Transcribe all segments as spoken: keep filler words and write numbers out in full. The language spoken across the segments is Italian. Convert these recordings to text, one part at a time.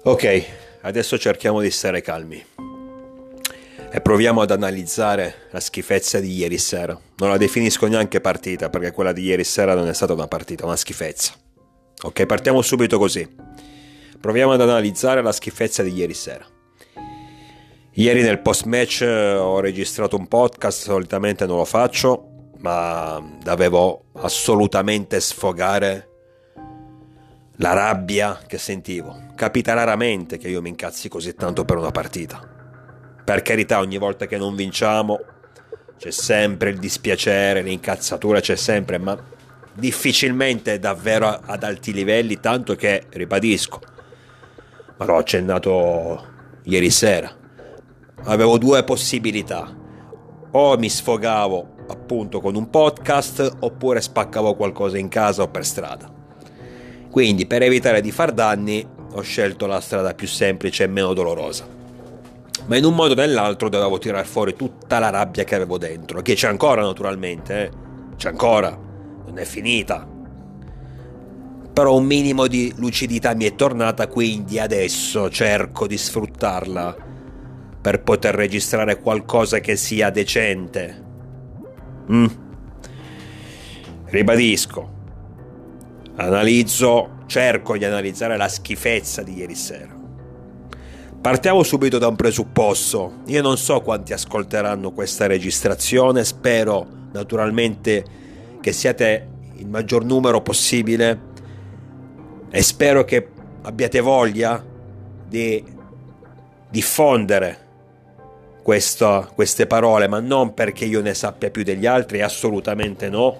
Ok, adesso cerchiamo di stare calmi e proviamo ad analizzare la schifezza di ieri sera. Non la definisco neanche partita, perché quella di ieri sera non è stata una partita, una schifezza. Ok, partiamo subito così. Proviamo ad analizzare la schifezza di ieri sera. Ieri nel post-match ho registrato un podcast, solitamente non lo faccio, ma dovevo assolutamente sfogare la rabbia che sentivo. Capita raramente che io mi incazzi così tanto per una partita. Per carità, ogni volta che non vinciamo c'è sempre il dispiacere, l'incazzatura c'è sempre, ma difficilmente davvero ad alti livelli, tanto che, ribadisco, ma l'ho accennato ieri sera, avevo due possibilità: o mi sfogavo appunto con un podcast, oppure spaccavo qualcosa in casa o per strada. Quindi, per evitare di far danni, ho scelto la strada più semplice e meno dolorosa. Ma in un modo o nell'altro dovevo tirar fuori tutta la rabbia che avevo dentro, che c'è ancora naturalmente, eh? C'è ancora, non è finita. Però un minimo di lucidità mi è tornata, quindi adesso cerco di sfruttarla per poter registrare qualcosa che sia decente. Mm. Ribadisco, analizzo, cerco di analizzare la schifezza di ieri sera. Partiamo subito da un presupposto. Io non so quanti ascolteranno questa registrazione, spero naturalmente che siate il maggior numero possibile e spero che abbiate voglia di diffondere questo, queste parole, ma non perché io ne sappia più degli altri, assolutamente no,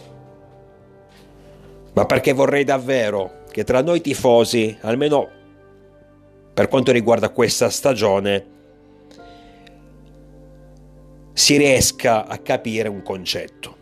ma perché vorrei davvero che tra noi tifosi, almeno per quanto riguarda questa stagione, si riesca a capire un concetto.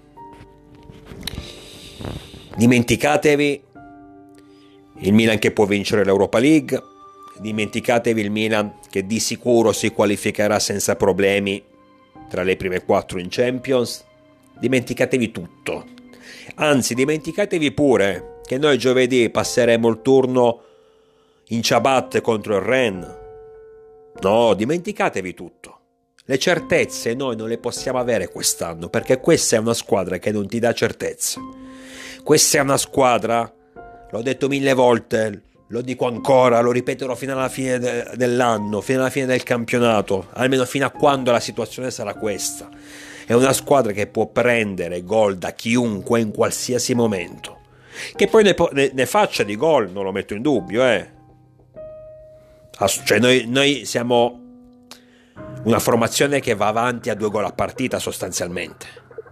Dimenticatevi il Milan che può vincere l'Europa League, dimenticatevi il Milan che di sicuro si qualificherà senza problemi tra le prime quattro in Champions, dimenticatevi tutto. Anzi, dimenticatevi pure che noi giovedì passeremo il turno in ciabatte contro il Rennes. No, dimenticatevi tutto. Le certezze noi non le possiamo avere quest'anno, perché questa è una squadra che non ti dà certezze. Questa è una squadra, l'ho detto mille volte, lo dico ancora, lo ripeterò fino alla fine de- dell'anno, fino alla fine del campionato, almeno fino a quando la situazione sarà questa. È una squadra che può prendere gol da chiunque in qualsiasi momento. Che poi ne, po- ne-, ne faccia di gol, non lo metto in dubbio, eh. Cioè noi, noi siamo una formazione che va avanti a due gol a partita sostanzialmente,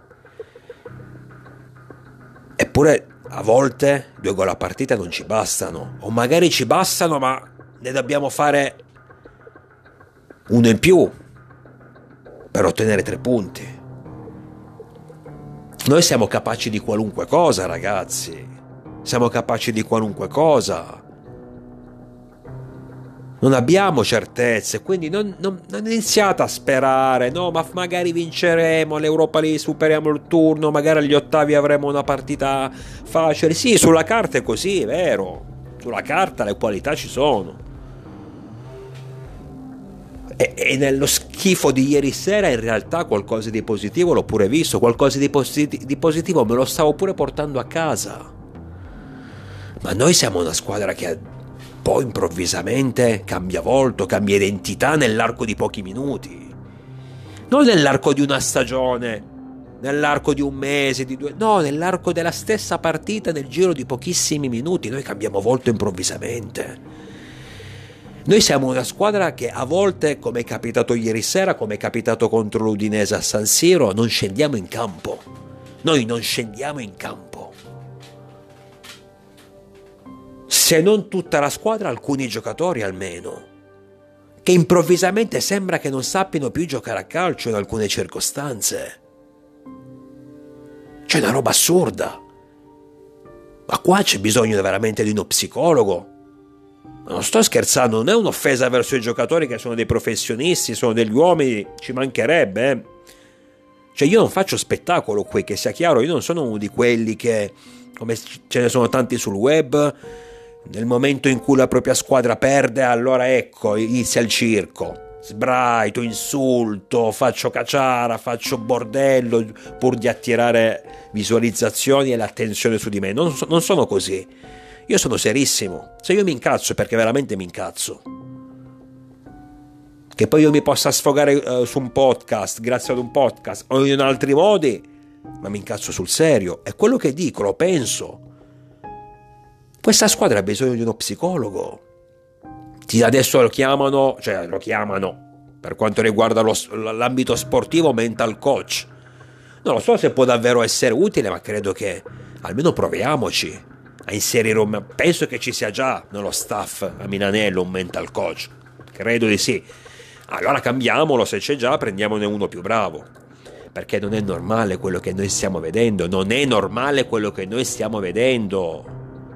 eppure a volte due gol a partita non ci bastano, o magari ci bastano ma ne dobbiamo fare uno in più per ottenere tre punti. Noi siamo capaci di qualunque cosa, ragazzi, siamo capaci di qualunque cosa. Non abbiamo certezze, quindi non, non, non iniziate a sperare, no, ma magari vinceremo l'Europa League, superiamo il turno, magari agli ottavi avremo una partita facile. Sì, sulla carta è così, è vero, sulla carta le qualità ci sono. E, e nello schifo di ieri sera in realtà qualcosa di positivo l'ho pure visto, qualcosa di, posit- di positivo me lo stavo pure portando a casa. Ma noi siamo una squadra che poi improvvisamente cambia volto, cambia identità nell'arco di pochi minuti, non nell'arco di una stagione, nell'arco di un mese, di due, no, nell'arco della stessa partita, nel giro di pochissimi minuti noi cambiamo volto improvvisamente. Noi siamo una squadra che a volte, come è capitato ieri sera, come è capitato contro l'Udinese a San Siro, non scendiamo in campo. Noi non scendiamo in campo. Se non tutta la squadra, alcuni giocatori almeno, che improvvisamente sembra che non sappiano più giocare a calcio in alcune circostanze. C'è una roba assurda. Ma qua c'è bisogno veramente di uno psicologo. Ma non sto scherzando, non è un'offesa verso i giocatori che sono dei professionisti, sono degli uomini, ci mancherebbe, eh. Cioè io non faccio spettacolo qui, che sia chiaro, io non sono uno di quelli che, come ce ne sono tanti sul web, Nel momento in cui la propria squadra perde, allora ecco, inizia il circo. Sbraito, insulto, faccio cacciara, faccio bordello pur di attirare visualizzazioni e l'attenzione su di me. Non, so, non sono così. Io sono serissimo. Se io mi incazzo è perché veramente mi incazzo. Che poi io mi possa sfogare uh, su un podcast, grazie ad un podcast, o in altri modi, ma mi incazzo sul serio. È quello che dico, lo penso. Questa squadra ha bisogno di uno psicologo. Adesso lo chiamano, cioè lo chiamano, per quanto riguarda lo, l'ambito sportivo, mental coach. Non lo so se può davvero essere utile, ma credo che almeno proviamoci a inserire un... Penso che ci sia già nello staff a Milanello un mental coach. Credo di sì. Allora cambiamolo, se c'è già prendiamone uno più bravo. Perché non è normale quello che noi stiamo vedendo. Non è normale quello che noi stiamo vedendo.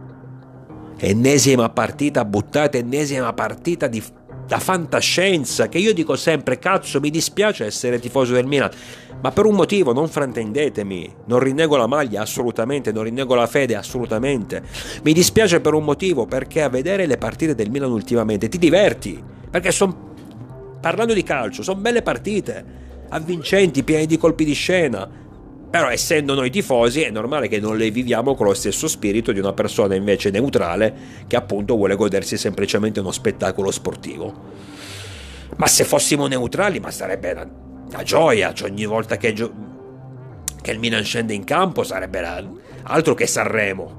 Ennesima partita buttata, ennesima partita di, da fantascienza, che io dico sempre, cazzo, mi dispiace essere tifoso del Milan, ma per un motivo, non fraintendetemi, non rinnego la maglia assolutamente, non rinnego la fede assolutamente, mi dispiace per un motivo, perché a vedere le partite del Milan ultimamente ti diverti, perché sono, parlando di calcio, sono belle partite, avvincenti, piene di colpi di scena. Però essendo noi tifosi è normale che non le viviamo con lo stesso spirito di una persona invece neutrale che appunto vuole godersi semplicemente uno spettacolo sportivo. Ma se fossimo neutrali, ma sarebbe una, una gioia, cioè ogni volta che, gio- che il Milan scende in campo sarebbe la, altro che Sanremo.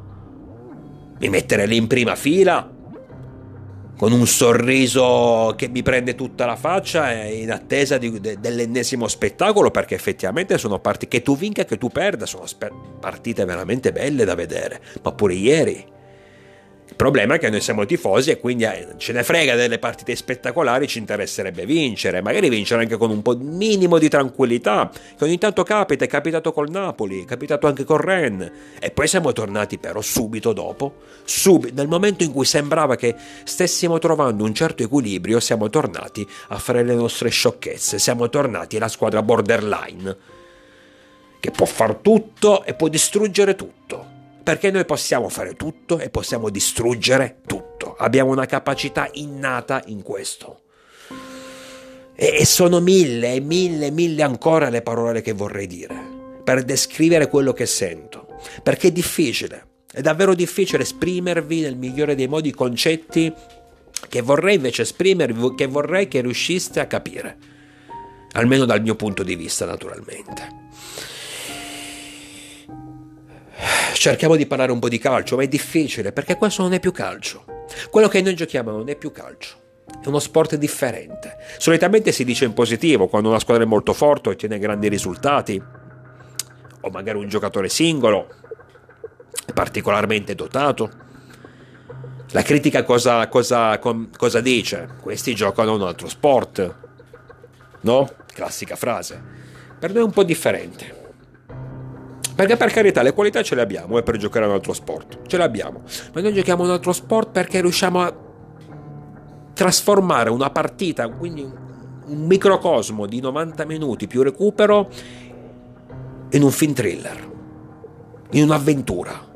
Mi metterei lì in prima fila con un sorriso che mi prende tutta la faccia in attesa di, de, dell'ennesimo spettacolo, perché effettivamente sono partite, che tu vinca che tu perda, sono spe- partite veramente belle da vedere, ma pure ieri. Il problema è che noi siamo tifosi e quindi eh, ce ne frega delle partite spettacolari, ci interesserebbe vincere, magari vincere anche con un po' minimo di tranquillità, che ogni tanto capita, è capitato col Napoli, è capitato anche con Rennes, e poi siamo tornati però subito dopo, subito, nel momento in cui sembrava che stessimo trovando un certo equilibrio, siamo tornati a fare le nostre sciocchezze, siamo tornati alla squadra borderline, che può far tutto e può distruggere tutto. Perché noi possiamo fare tutto e possiamo distruggere tutto. Abbiamo una capacità innata in questo. E sono mille e mille e mille ancora le parole che vorrei dire per descrivere quello che sento. Perché è difficile, è davvero difficile esprimervi nel migliore dei modi i concetti che vorrei invece esprimervi, che vorrei che riusciste a capire. Almeno dal mio punto di vista, naturalmente. Cerchiamo di parlare un po' di calcio, ma è difficile perché questo non è più calcio. Quello che noi giochiamo non è più calcio, è uno sport differente. Solitamente si dice in positivo quando una squadra è molto forte e ottiene grandi risultati, o magari un giocatore singolo particolarmente dotato. La critica cosa, cosa, cosa dice? Questi giocano un altro sport, no? Classica frase. Per noi è un po' differente. Perché per carità le qualità ce le abbiamo eh, per giocare a un altro sport, ce le abbiamo, ma noi giochiamo a un altro sport perché riusciamo a trasformare una partita, quindi un microcosmo di novanta minuti più recupero, in un film thriller, in un'avventura.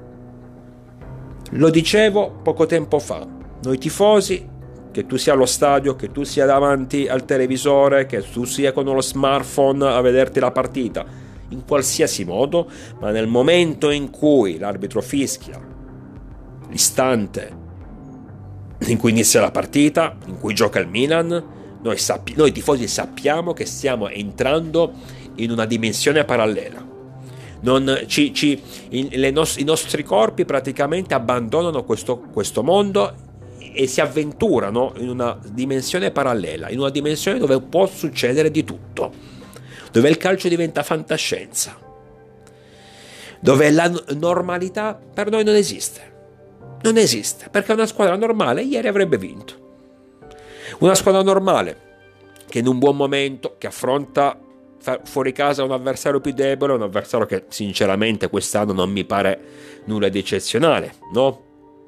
Lo dicevo poco tempo fa, noi tifosi, che tu sia allo stadio, che tu sia davanti al televisore, che tu sia con lo smartphone a vederti la partita, in qualsiasi modo, ma nel momento in cui l'arbitro fischia l'istante in cui inizia la partita, in cui gioca il Milan, noi, sappi- noi tifosi sappiamo che stiamo entrando in una dimensione parallela. Non, ci, ci, in, le nos- I nostri corpi praticamente abbandonano questo, questo mondo e si avventurano in una dimensione parallela, in una dimensione dove può succedere di tutto, dove il calcio diventa fantascienza, dove la normalità per noi non esiste. Non esiste, perché una squadra normale ieri avrebbe vinto. Una squadra normale che in un buon momento, che affronta fuori casa un avversario più debole, un avversario che sinceramente quest'anno non mi pare nulla di eccezionale, no?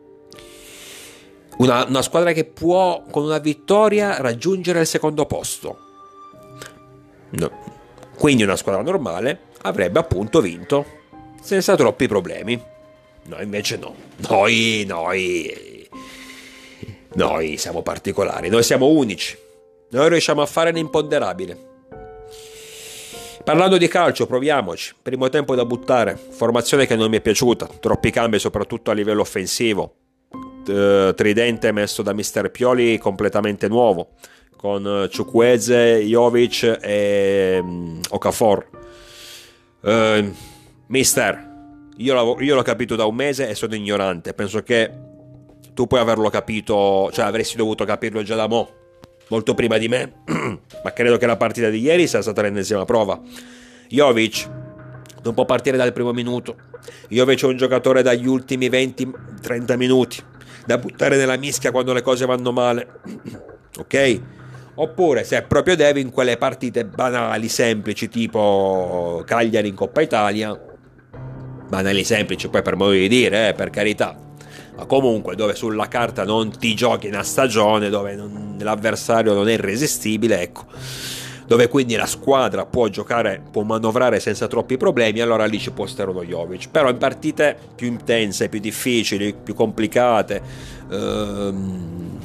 Una, una squadra che può con una vittoria raggiungere il secondo posto. No. Quindi una squadra normale avrebbe appunto vinto senza troppi problemi. Noi invece no. Noi, noi, noi siamo particolari, noi siamo unici. Noi riusciamo a fare l'imponderabile. Parlando di calcio, proviamoci. Primo tempo da buttare. Formazione che non mi è piaciuta. Troppi cambi, soprattutto a livello offensivo. Tridente messo da mister Pioli completamente nuovo, con Chukwueze, Jovic e Okafor. Uh, mister, io, io l'ho capito da un mese e sono ignorante. Penso che tu puoi averlo capito, cioè avresti dovuto capirlo già da mo', molto prima di me. Ma credo che la partita di ieri sia stata l'ennesima prova. Jovic non può partire dal primo minuto. Jovic è un giocatore dagli ultimi venti trenta minuti da buttare nella mischia quando le cose vanno male, ok? Oppure se proprio devi, in quelle partite banali, semplici, tipo Cagliari in Coppa Italia, banali semplici poi per modo di dire, eh, per carità, ma comunque dove sulla carta non ti giochi una stagione, dove non, l'avversario non è irresistibile, ecco, dove quindi la squadra può giocare, può manovrare senza troppi problemi, allora lì ci può stare uno Jovic. Però in partite più intense, più difficili, più complicate, ehm,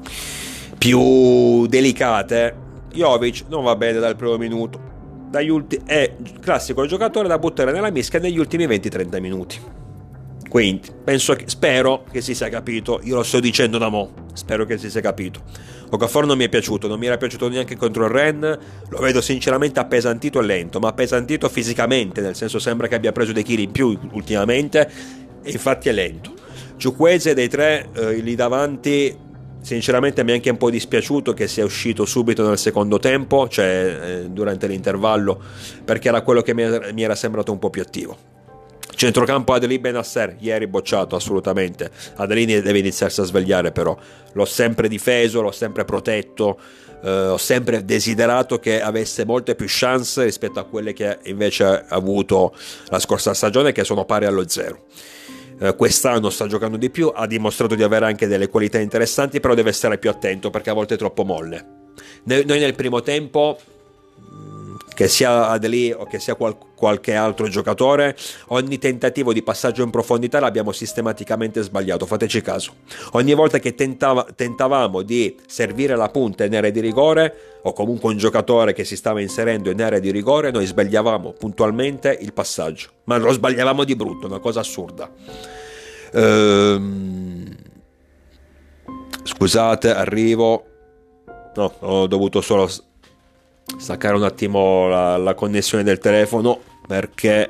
più delicate, Jovic non va bene dal primo minuto. Dagli ulti- è classico giocatore da buttare nella mischia negli ultimi venti trenta minuti. Quindi penso che, spero che si sia capito. Io lo sto dicendo da mo', spero che si sia capito. Okafor non mi è piaciuto, non mi era piaciuto neanche contro il Rennes. Lo vedo sinceramente appesantito e lento, ma appesantito fisicamente, nel senso sembra che abbia preso dei chili in più ultimamente, e infatti è lento. Chukwueze dei tre eh, lì davanti, sinceramente mi è anche un po' dispiaciuto che sia uscito subito nel secondo tempo, cioè eh, durante l'intervallo, perché era quello che mi era, mi era sembrato un po' più attivo. Centrocampo Adli Benasser, ieri bocciato assolutamente. Adli deve iniziarsi a svegliare, però l'ho sempre difeso, l'ho sempre protetto, eh, ho sempre desiderato che avesse molte più chance rispetto a quelle che invece ha avuto la scorsa stagione, che sono pari allo zero. Eh, quest'anno sta giocando di più, ha dimostrato di avere anche delle qualità interessanti, però deve stare più attento perché a volte è troppo molle. Noi nel primo tempo, che sia Adli o che sia qual- qualche altro giocatore, ogni tentativo di passaggio in profondità l'abbiamo sistematicamente sbagliato, fateci caso. Ogni volta che tentava- tentavamo di servire la punta in area di rigore, o comunque un giocatore che si stava inserendo in area di rigore, noi sbagliavamo puntualmente il passaggio, ma lo sbagliavamo di brutto, una cosa assurda. Ehm... Scusate, arrivo. No, ho dovuto solo staccare un attimo la, la connessione del telefono perché,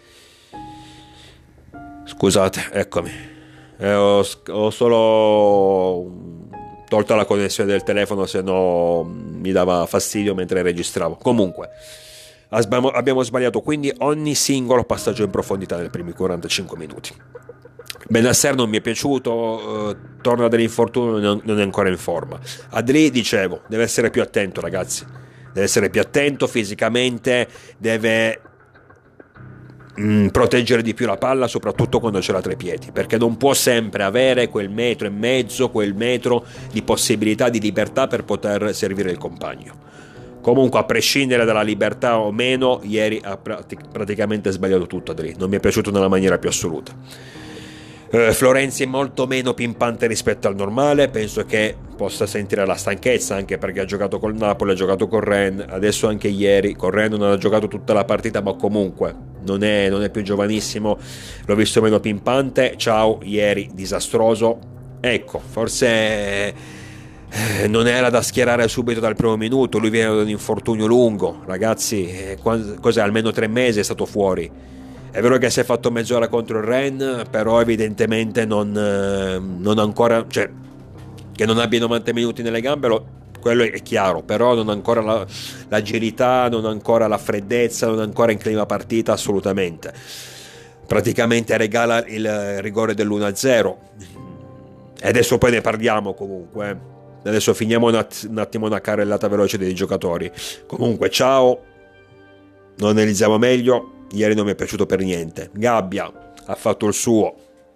scusate, eccomi, eh, ho, ho solo tolto la connessione del telefono, se no mi dava fastidio mentre registravo. Comunque abbiamo, abbiamo sbagliato quindi ogni singolo passaggio in profondità nei primi quarantacinque minuti. Benasser non mi è piaciuto, eh, torna dall'infortunio, non, non è ancora in forma. Adli, dicevo, deve essere più attento, ragazzi. Deve essere più attento fisicamente, deve mh, proteggere di più la palla, soprattutto quando ce l'ha tra i piedi, perché non può sempre avere quel metro e mezzo, quel metro di possibilità di libertà per poter servire il compagno. Comunque, a prescindere dalla libertà o meno, ieri ha pratic- praticamente sbagliato tutto Adli, non mi è piaciuto nella maniera più assoluta. Uh, Florenzi è molto meno pimpante rispetto al normale, penso che possa sentire la stanchezza, anche perché ha giocato col Napoli, ha giocato con Rennes, adesso anche ieri con Rennes non ha giocato tutta la partita, ma comunque non è, non è più giovanissimo, l'ho visto meno pimpante. Ciao, ieri disastroso, ecco, forse eh, non era da schierare subito dal primo minuto, lui viene da un infortunio lungo, ragazzi, eh, cos'è, almeno tre mesi è stato fuori. È vero che si è fatto mezz'ora contro il Rennes, però evidentemente non, eh, non ancora, cioè che non abbia novanta minuti nelle gambe, lo, quello è chiaro, però non ha ancora la, l'agilità, non ha ancora la freddezza, non ha ancora in clima partita, assolutamente. Praticamente regala il rigore dell'uno a zero. E adesso poi ne parliamo comunque. Adesso finiamo un, att- un attimo una carrellata veloce dei giocatori. Comunque, ciao, non analizziamo meglio. Ieri non mi è piaciuto per niente. Gabbia ha fatto il suo.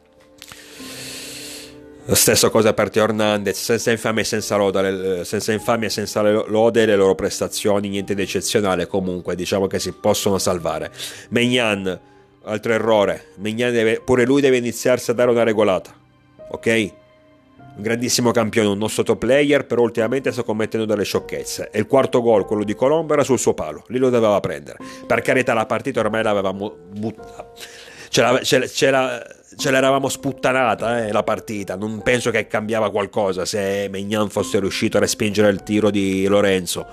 La stessa cosa per Teo Hernandez, senza infamia e senza lode, senza infamia e senza lode le loro prestazioni, niente di eccezionale, comunque diciamo che si possono salvare. Maignan, altro errore, Maignan deve, pure lui deve iniziarsi a dare una regolata, ok? Un grandissimo campione, un nostro top player, però ultimamente sta commettendo delle sciocchezze. E il quarto gol, quello di Colombo, era sul suo palo, lì lo doveva prendere. Per carità, la partita ormai l'avevamo buttata, ce, ce, ce, la, ce l'eravamo sputtanata, eh, la partita. Non penso che cambiava qualcosa se Maignan fosse riuscito a respingere il tiro di Lorenzo.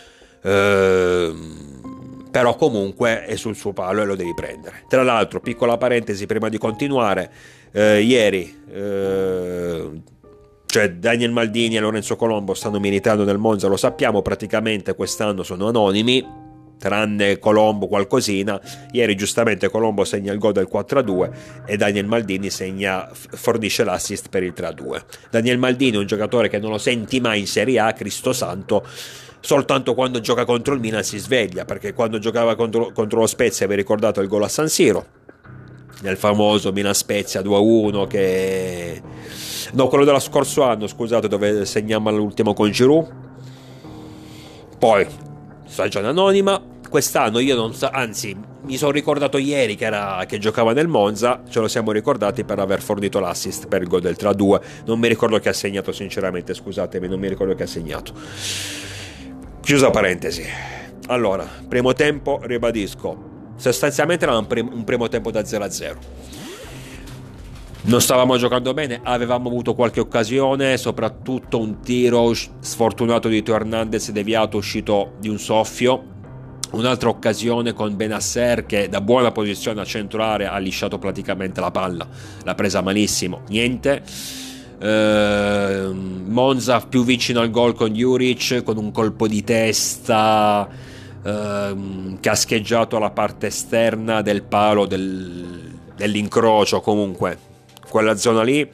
Ehm... però comunque è sul suo palo e lo devi prendere. Tra l'altro, piccola parentesi prima di continuare, eh, ieri eh, cioè Daniel Maldini e Lorenzo Colombo stanno militando nel Monza, lo sappiamo, praticamente quest'anno sono anonimi, tranne Colombo qualcosina. Ieri giustamente Colombo segna il gol del quattro a due e Daniel Maldini segna, fornisce l'assist per il tre a due. Daniel Maldini è un giocatore che non lo senti mai in Serie A, Cristo santo, soltanto quando gioca contro il Milan si sveglia, perché quando giocava contro, contro lo Spezia, vi ricordate il gol a San Siro, nel famoso Milan-Spezia due a uno, che no, quello dello scorso anno, scusate, dove segniamo all'ultimo con Giroud. Poi stagione anonima. Quest'anno io non so, anzi mi sono ricordato ieri che, era, che giocava nel Monza, ce lo siamo ricordati per aver fornito l'assist per il gol del tre a due. Non mi ricordo che ha segnato, sinceramente, scusatemi, non mi ricordo che ha segnato. Chiusa parentesi. Allora, primo tempo, ribadisco, sostanzialmente era un, prim- un primo tempo da zero a zero. Non stavamo giocando bene, avevamo avuto qualche occasione, soprattutto un tiro sfortunato di Teo Hernandez deviato, uscito di un soffio. Un'altra occasione con Benasser che da buona posizione a centro area ha lisciato praticamente la palla, l'ha presa malissimo, niente. Uh, Monza più vicino al gol con Juric, con un colpo di testa uh, cascheggiato alla parte esterna del palo del, dell'incrocio, comunque quella zona lì.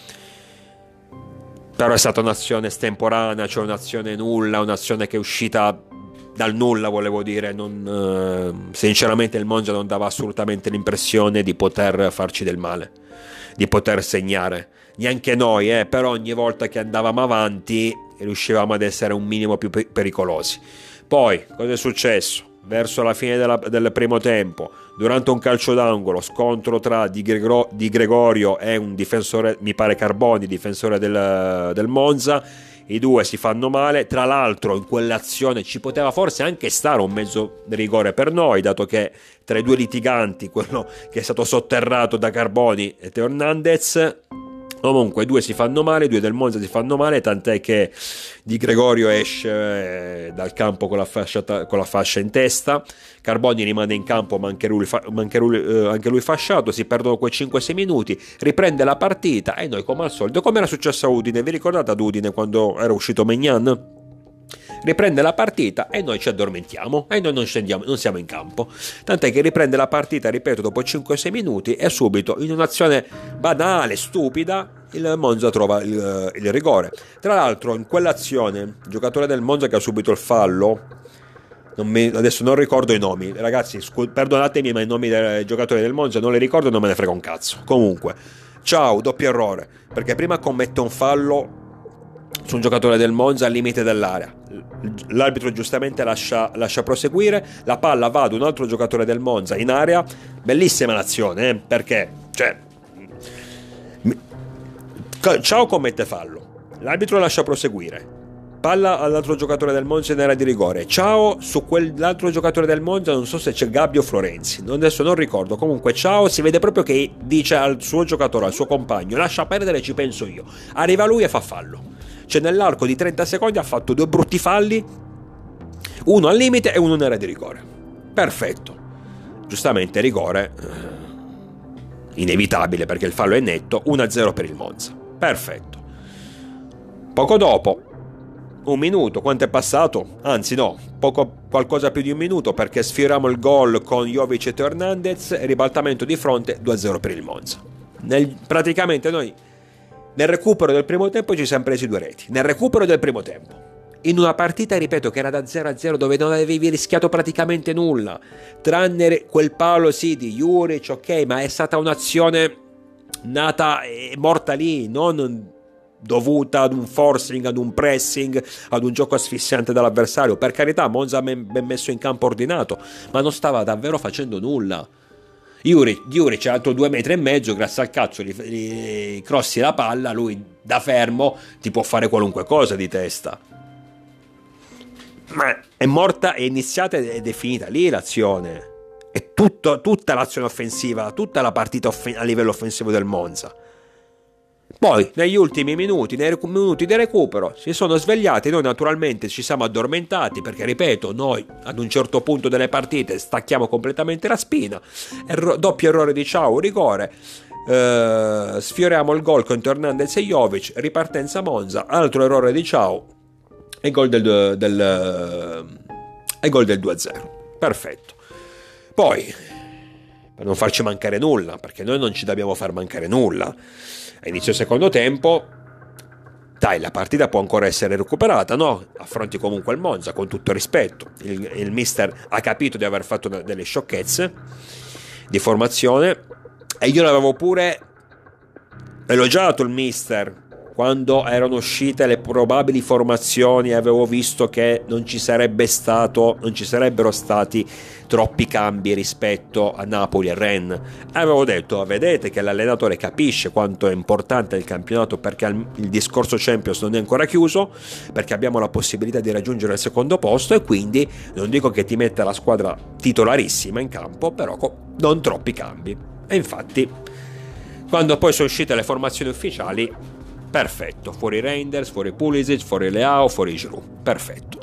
Però è stata un'azione estemporanea, cioè un'azione nulla, un'azione che è uscita dal nulla, volevo dire. Non, uh, sinceramente il Monza non dava assolutamente l'impressione di poter farci del male, di poter segnare. Neanche noi, eh, però ogni volta che andavamo avanti riuscivamo ad essere un minimo più pericolosi. Poi, cosa è successo? Verso la fine della, del primo tempo, durante un calcio d'angolo, scontro tra Di, Gregor- Di Gregorio e un difensore, mi pare Carboni, difensore del, del Monza. I due si fanno male. Tra l'altro in quell'azione ci poteva forse anche stare un mezzo rigore per noi, dato che tra i due litiganti, quello che è stato sotterrato da Carboni e Teo Hernandez, comunque due si fanno male, due del Monza si fanno male, tant'è che Di Gregorio esce dal campo con la fascia, con la fascia in testa. Carboni rimane in campo, ma anche lui, ma anche lui, eh, anche lui fasciato. Si perdono quei cinque sei minuti, riprende la partita e noi, come al solito, come era successo a Udine, vi ricordate ad Udine quando era uscito Maignan? Riprende la partita e noi ci addormentiamo e noi non scendiamo, non siamo in campo. Tant'è che riprende la partita, ripeto, dopo cinque sei minuti e subito, in un'azione banale, stupida, il Monza trova il, il rigore. Tra l'altro in quell'azione il giocatore del Monza che ha subito il fallo, non mi, adesso non ricordo i nomi, ragazzi, scu- perdonatemi, ma i nomi dei giocatori del Monza non li ricordo e non me ne frega un cazzo. Comunque, ciao, doppio errore, perché prima commette un fallo su un giocatore del Monza al limite dell'area, l'arbitro giustamente lascia, lascia proseguire, la palla va ad un altro giocatore del Monza in area. Bellissima l'azione, eh? Perché cioè ciao commette fallo, l'arbitro lascia proseguire, palla all'altro giocatore del Monza in area di rigore, ciao su quell'altro giocatore del Monza, non so se c'è Gabbio o Florenzi, adesso non ricordo, comunque ciao, si vede proprio che dice al suo giocatore, al suo compagno, lascia perdere, ci penso io. Arriva lui e fa fallo. Cioè nell'arco di trenta secondi ha fatto due brutti falli, uno al limite e uno in area di rigore. Perfetto. Giustamente rigore inevitabile perché il fallo è netto. uno a zero per il Monza. Perfetto. Poco dopo, un minuto, quanto è passato? Anzi no, poco, qualcosa più di un minuto, perché sfioriamo il gol con Jovic e Teo Hernandez e ribaltamento di fronte, due a zero per il Monza. Nel, praticamente noi nel recupero del primo tempo ci siamo presi due reti. Nel recupero del primo tempo, in una partita, ripeto, che era da zero a zero, dove non avevi rischiato praticamente nulla, tranne quel palo sì di Juric, ok, ma è stata un'azione nata e morta lì, non dovuta ad un forcing, ad un pressing, ad un gioco asfissiante dall'avversario. Per carità, Monza ha ben messo in campo ordinato, ma non stava davvero facendo nulla. Juric, Juric è alto due metri e mezzo, grazie al cazzo gli, gli crossi la palla, lui da fermo ti può fare qualunque cosa di testa. Ma è morta, è iniziata ed è finita lì l'azione. È tutto, tutta l'azione offensiva, tutta la partita offen- a livello offensivo del Monza. Poi, negli ultimi minuti, nei recu- minuti di recupero, si sono svegliati. Noi naturalmente ci siamo addormentati perché, ripeto, noi ad un certo punto delle partite stacchiamo completamente la spina. Erro- doppio errore di Ciao, rigore. Eh, sfioriamo il gol contro Hernandez e Jovic, ripartenza Monza, altro errore di Ciao e gol del, del, e gol del due a zero. Perfetto. Poi, per non farci mancare nulla, perché noi non ci dobbiamo far mancare nulla, a inizio secondo tempo, dai, la partita può ancora essere recuperata, no? Affronti comunque il Monza, con tutto rispetto. Il, il mister ha capito di aver fatto delle sciocchezze di formazione e io l'avevo pure elogiato il mister quando erano uscite le probabili formazioni. Avevo visto che non ci sarebbe stato non ci sarebbero stati troppi cambi rispetto a Napoli e Rennes. Avevo detto, vedete che l'allenatore capisce quanto è importante il campionato, perché il discorso Champions non è ancora chiuso, perché abbiamo la possibilità di raggiungere il secondo posto, e quindi non dico che ti metta la squadra titolarissima in campo, però non troppi cambi. E infatti, quando poi sono uscite le formazioni ufficiali, perfetto, fuori Reinders, fuori Pulisic, fuori Leao, fuori Giroud, perfetto.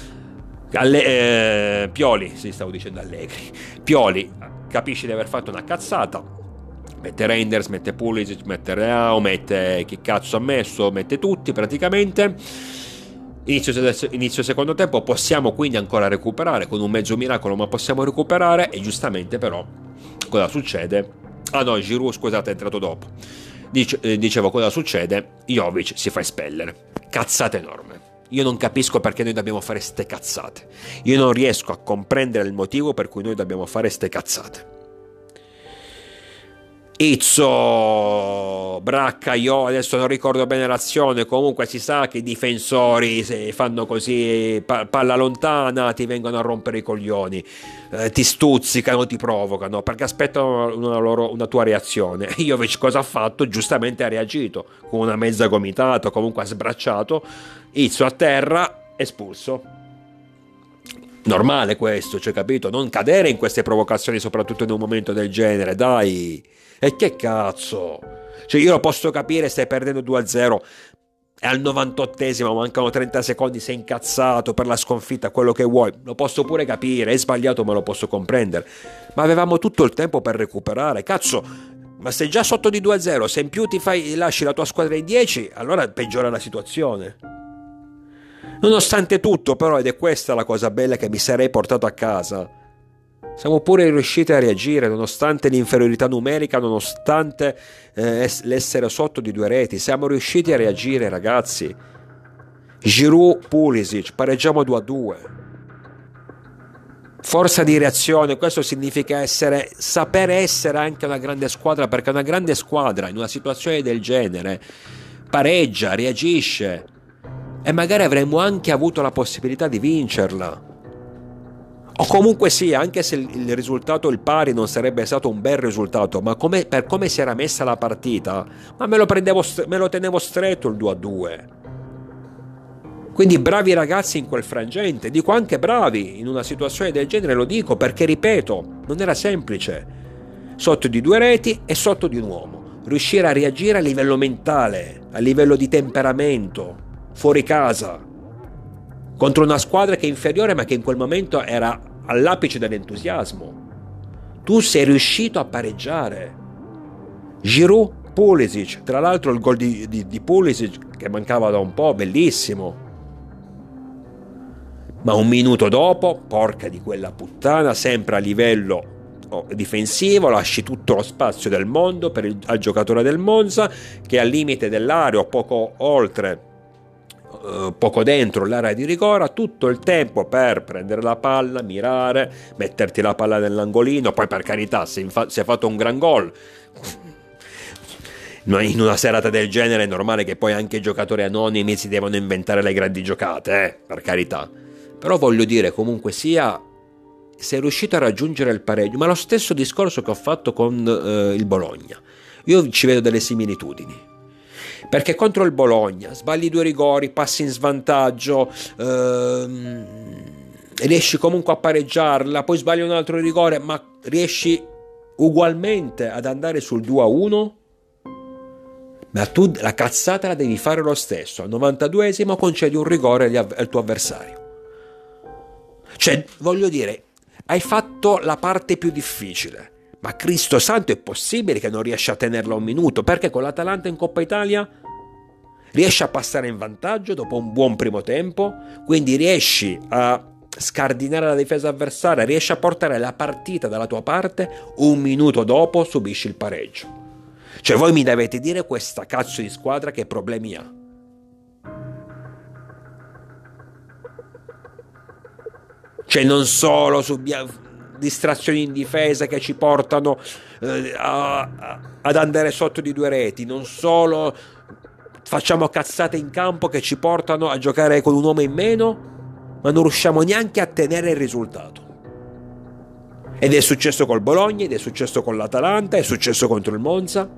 Alle, eh, Pioli, si stavo dicendo Allegri, Pioli capisce di aver fatto una cazzata, mette Reinders, mette Pulisic, mette Leao, mette chi cazzo ha messo, mette tutti praticamente. Inizio, inizio secondo tempo, possiamo quindi ancora recuperare con un mezzo miracolo, ma possiamo recuperare. E giustamente però cosa succede? Ah no, Giroud, scusate, è entrato dopo. Dice, eh, dicevo, cosa succede? Jovic si fa espellere. Cazzate enorme. Io non capisco perché noi dobbiamo fare ste cazzate. Io non riesco a comprendere il motivo per cui noi dobbiamo fare ste cazzate. Izzo, Bracca, io adesso non ricordo bene l'azione, comunque si sa che i difensori, se fanno così palla lontana, ti vengono a rompere i coglioni, eh, ti stuzzicano, ti provocano, perché aspettano una, loro, una tua reazione. Jovic cosa ha fatto? Giustamente ha reagito con una mezza gomitata, comunque ha sbracciato. Izzo a terra, espulso. Normale questo, cioè, capito? Non cadere in queste provocazioni, soprattutto in un momento del genere, dai. E che cazzo? Cioè, io lo posso capire, stai perdendo due a zero e al novantottesimo mancano trenta secondi, sei incazzato per la sconfitta, quello che vuoi, lo posso pure capire, è sbagliato ma lo posso comprendere, ma avevamo tutto il tempo per recuperare, cazzo. Ma sei già sotto di due a zero, se in più ti fai, lasci la tua squadra in dieci, allora peggiora la situazione. Nonostante tutto, però, ed è questa la cosa bella che mi sarei portato a casa, siamo pure riusciti a reagire nonostante l'inferiorità numerica, nonostante eh, l'essere sotto di due reti. Siamo riusciti a reagire, ragazzi. Giroud, Pulisic, pareggiamo due a due. Forza di reazione, questo significa essere, sapere essere anche una grande squadra, perché una grande squadra in una situazione del genere pareggia, reagisce, e magari avremmo anche avuto la possibilità di vincerla. O comunque sia, anche se il risultato, il pari, non sarebbe stato un bel risultato, ma come, per come si era messa la partita, ma me lo prendevo, me lo tenevo stretto il due a due. Quindi bravi ragazzi in quel frangente, dico anche bravi in una situazione del genere, lo dico perché, ripeto, non era semplice. Sotto di due reti e sotto di un uomo. Riuscire a reagire a livello mentale, a livello di temperamento, fuori casa, contro una squadra che è inferiore ma che in quel momento era all'apice dell'entusiasmo. Tu sei riuscito a pareggiare. Giroud, Pulisic, tra l'altro il gol di, di, di Pulisic che mancava da un po', bellissimo. Ma un minuto dopo, porca di quella puttana, sempre a livello oh, difensivo, lasci tutto lo spazio del mondo per il, al giocatore del Monza, che al limite dell'area o poco oltre, poco dentro l'area di rigore, ha tutto il tempo per prendere la palla, mirare, metterti la palla nell'angolino. Poi, per carità, se si è fatto un gran gol in una serata del genere, è normale che poi anche i giocatori anonimi si devono inventare le grandi giocate, eh, per carità. Però voglio dire, comunque sia, sei riuscito a raggiungere il pareggio, ma lo stesso discorso che ho fatto con eh, il Bologna. Io ci vedo delle similitudini, perché contro il Bologna sbagli due rigori, passi in svantaggio, ehm, riesci comunque a pareggiarla, poi sbagli un altro rigore, ma riesci ugualmente ad andare sul due a uno. Ma tu la cazzata la devi fare lo stesso. Al novantaduesimo concedi un rigore al tuo avversario. Cioè, voglio dire, hai fatto la parte più difficile, ma Cristo santo, è possibile che non riesci a tenerla un minuto? Perché con l'Atalanta in Coppa Italia riesci a passare in vantaggio dopo un buon primo tempo, quindi riesci a scardinare la difesa avversaria, riesci a portare la partita dalla tua parte, un minuto dopo subisci il pareggio. Cioè, voi mi dovete dire questa cazzo di squadra che problemi ha. Cioè, non solo subiamo distrazioni in difesa che ci portano eh, a, a, ad andare sotto di due reti, non solo facciamo cazzate in campo che ci portano a giocare con un uomo in meno, ma non riusciamo neanche a tenere il risultato. Ed è successo col Bologna, ed è successo con l'Atalanta, è successo contro il Monza.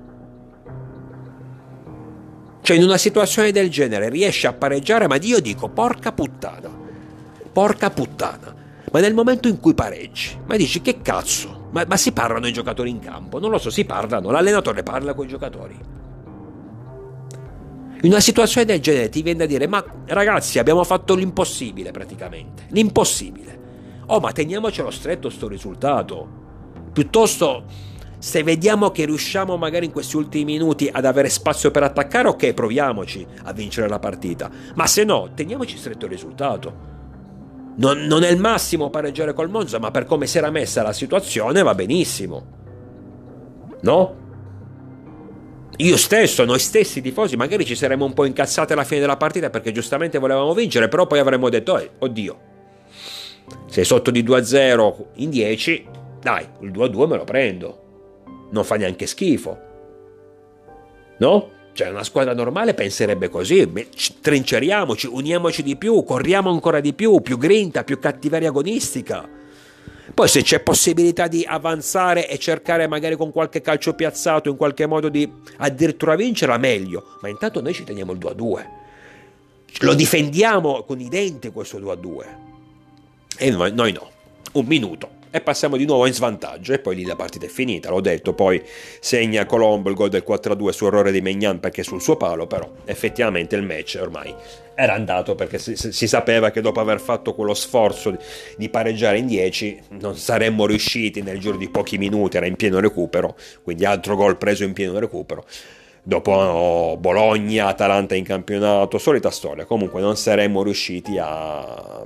Cioè, in una situazione del genere riesci a pareggiare, ma io dico porca puttana, porca puttana. Ma nel momento in cui pareggi, ma dici che cazzo, ma, ma si parlano i giocatori in campo? Non lo so, si parlano, l'allenatore parla con i giocatori. In una situazione del genere ti viene a dire, ma ragazzi, abbiamo fatto l'impossibile praticamente, l'impossibile. Oh, ma teniamocelo stretto sto risultato. Piuttosto, se vediamo che riusciamo magari in questi ultimi minuti ad avere spazio per attaccare, ok, proviamoci a vincere la partita. Ma se no, teniamoci stretto il risultato. Non, non è il massimo pareggiare col Monza, ma per come si era messa la situazione va benissimo. No? Io stesso, noi stessi tifosi, magari ci saremmo un po' incazzati alla fine della partita perché giustamente volevamo vincere, però poi avremmo detto, eh, oddio, sei sotto di due a zero in dieci, dai, il due a due me lo prendo. Non fa neanche schifo. No? Cioè, una squadra normale penserebbe così, trinceriamoci, uniamoci di più, corriamo ancora di più, più grinta, più cattiveria agonistica. Poi se c'è possibilità di avanzare e cercare magari con qualche calcio piazzato in qualche modo di addirittura vincerla, meglio. Ma intanto noi ci teniamo il due a due. Lo difendiamo con i denti questo due a due. E noi, noi no. Un minuto. E passiamo di nuovo in svantaggio e poi lì la partita è finita, l'ho detto. Poi segna Colombo il gol del quattro a due su errore di Maignan perché sul suo palo, però effettivamente il match ormai era andato, perché si, si sapeva che dopo aver fatto quello sforzo di, di pareggiare in dieci non saremmo riusciti nel giro di pochi minuti, era in pieno recupero, quindi altro gol preso in pieno recupero. Dopo oh, Bologna, Atalanta in campionato, solita storia, comunque non saremmo riusciti a...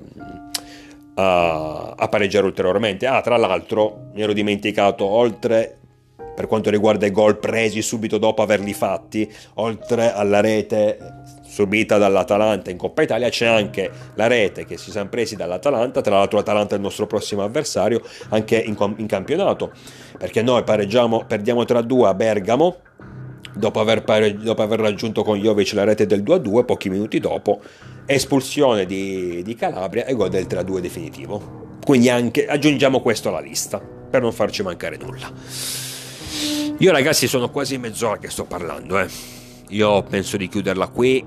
A, a pareggiare ulteriormente. Ah, tra l'altro mi ero dimenticato, oltre per quanto riguarda i gol presi subito dopo averli fatti, oltre alla rete subita dall'Atalanta in Coppa Italia, c'è anche la rete che si sono presi dall'Atalanta. Tra l'altro l'Atalanta è il nostro prossimo avversario anche in, in campionato, perché noi pareggiamo, perdiamo tre a due a Bergamo dopo aver, pare, dopo aver raggiunto con Jovic la rete del due a due, pochi minuti dopo espulsione di, di Calabria e gol del tre a due definitivo. Quindi anche aggiungiamo questo alla lista per non farci mancare nulla. Io ragazzi sono quasi mezz'ora che sto parlando, eh. Io penso di chiuderla qui,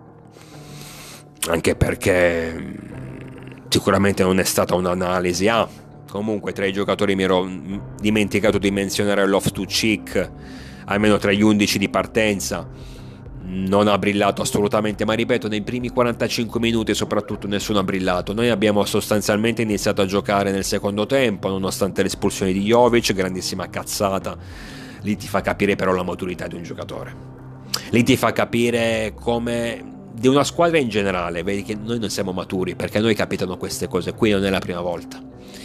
anche perché sicuramente non è stata un'analisi. Ah, comunque tra i giocatori mi ero dimenticato di menzionare Loftus-Cheek, almeno tra gli undici di partenza. Non ha brillato assolutamente, ma ripeto, nei primi quarantacinque minuti soprattutto nessuno ha brillato. Noi abbiamo sostanzialmente iniziato a giocare nel secondo tempo, nonostante l'espulsione di Jovic, grandissima cazzata. Lì ti fa capire però la maturità di un giocatore. Lì ti fa capire come di una squadra in generale, vedi che noi non siamo maturi, perché a noi capitano queste cose, qui non è la prima volta.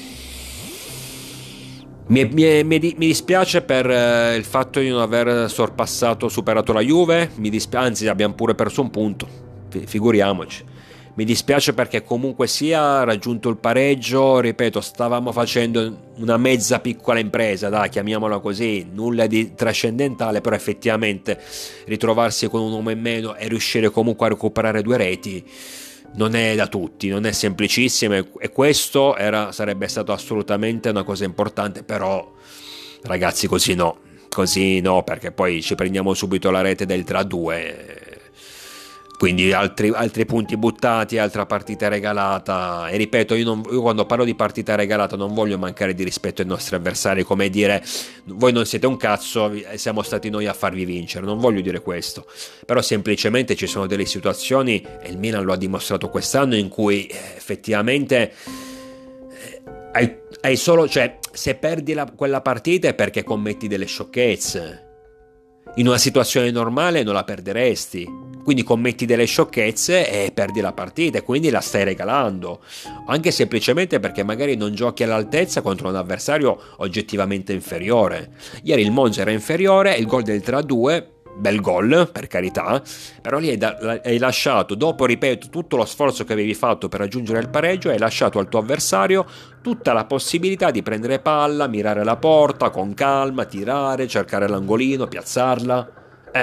Mi, mi, mi, mi dispiace per eh, il fatto di non aver sorpassato, superato la Juve, mi dispiace, anzi abbiamo pure perso un punto, figuriamoci. Mi dispiace perché comunque sia raggiunto il pareggio, ripeto, stavamo facendo una mezza piccola impresa, dai, chiamiamola così, nulla di trascendentale, però effettivamente ritrovarsi con un uomo in meno e riuscire comunque a recuperare due reti non è da tutti, non è semplicissimo, e questo era, sarebbe stato assolutamente una cosa importante, però ragazzi così no, così no, perché poi ci prendiamo subito la rete del tre a due, quindi altri, altri punti buttati, altra partita regalata. E ripeto, io, non, io quando parlo di partita regalata non voglio mancare di rispetto ai nostri avversari, come dire voi non siete un cazzo, siamo stati noi a farvi vincere, non voglio dire questo, però semplicemente ci sono delle situazioni, e il Milan lo ha dimostrato quest'anno, in cui effettivamente hai, hai solo, cioè se perdi la, quella partita è perché commetti delle sciocchezze. In una situazione normale non la perderesti, quindi commetti delle sciocchezze e perdi la partita, e quindi la stai regalando, anche semplicemente perché magari non giochi all'altezza contro un avversario oggettivamente inferiore. Ieri il Monza era inferiore, il gol del tre a due, bel gol per carità, però lì hai, da, hai lasciato, dopo ripeto tutto lo sforzo che avevi fatto per raggiungere il pareggio, hai lasciato al tuo avversario tutta la possibilità di prendere palla, mirare la porta con calma, tirare, cercare l'angolino, piazzarla. Eh,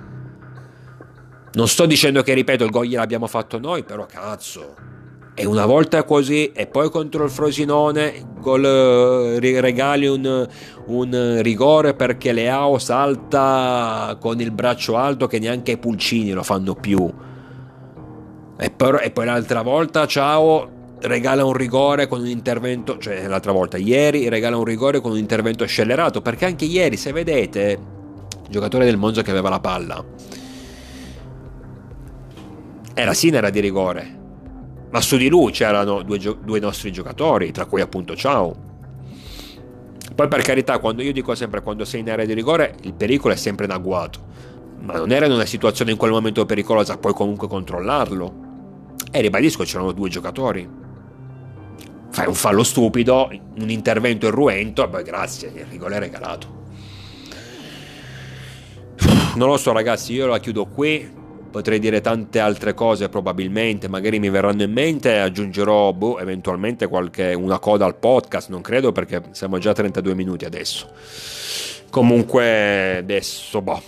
non sto dicendo che, ripeto, il gol gliel'abbiamo fatto noi, però cazzo, e una volta così, e poi contro il Frosinone gol, regali un, un rigore perché Leao salta con il braccio alto che neanche i pulcini lo fanno più, e poi, e poi l'altra volta ciao regala un rigore con un intervento, cioè l'altra volta ieri regala un rigore con un intervento scellerato, perché anche ieri, se vedete, il giocatore del Monza che aveva la palla era sì, era di rigore, ma su di lui c'erano due, gio- due nostri giocatori, tra cui appunto Ciao. Poi per carità, quando io dico sempre, quando sei in area di rigore il pericolo è sempre in agguato, ma non era in una situazione in quel momento pericolosa, puoi comunque controllarlo. E ribadisco, c'erano due giocatori, fai un fallo stupido, un intervento irruento, e poi grazie, il rigore è regalato. Non lo so ragazzi, io la chiudo qui. Potrei dire tante altre cose probabilmente, magari mi verranno in mente, aggiungerò boh, eventualmente qualche, una coda al podcast, non credo perché siamo già a trentadue minuti adesso. Comunque adesso boh,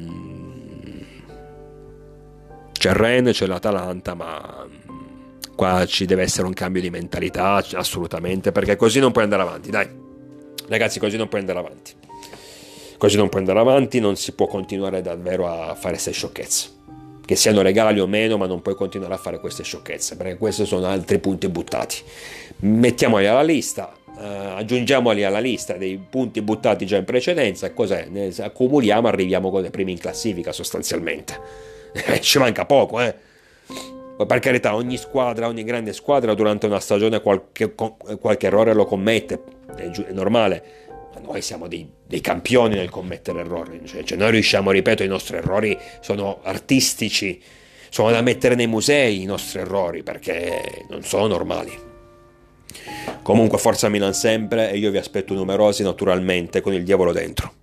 c'è il Rennes, c'è l'Atalanta, ma qua ci deve essere un cambio di mentalità assolutamente, perché così non puoi andare avanti, dai ragazzi, così non puoi andare avanti, così non puoi andare avanti, non si può continuare davvero a fare queste sciocchezze, che siano legali o meno, ma non puoi continuare a fare queste sciocchezze, perché questi sono altri punti buttati. Mettiamoli alla lista, eh, aggiungiamoli alla lista dei punti buttati già in precedenza, e cos'è? Ne accumuliamo, arriviamo con le prime in classifica sostanzialmente. Ci manca poco, eh. Ma per carità, ogni squadra, ogni grande squadra durante una stagione qualche, qualche errore lo commette, è, gi- è normale. Ma noi siamo dei, dei campioni nel commettere errori, cioè, cioè noi riusciamo, ripeto, i nostri errori sono artistici, sono da mettere nei musei i nostri errori, perché non sono normali. Comunque forza Milan sempre, e io vi aspetto numerosi naturalmente con il diavolo dentro.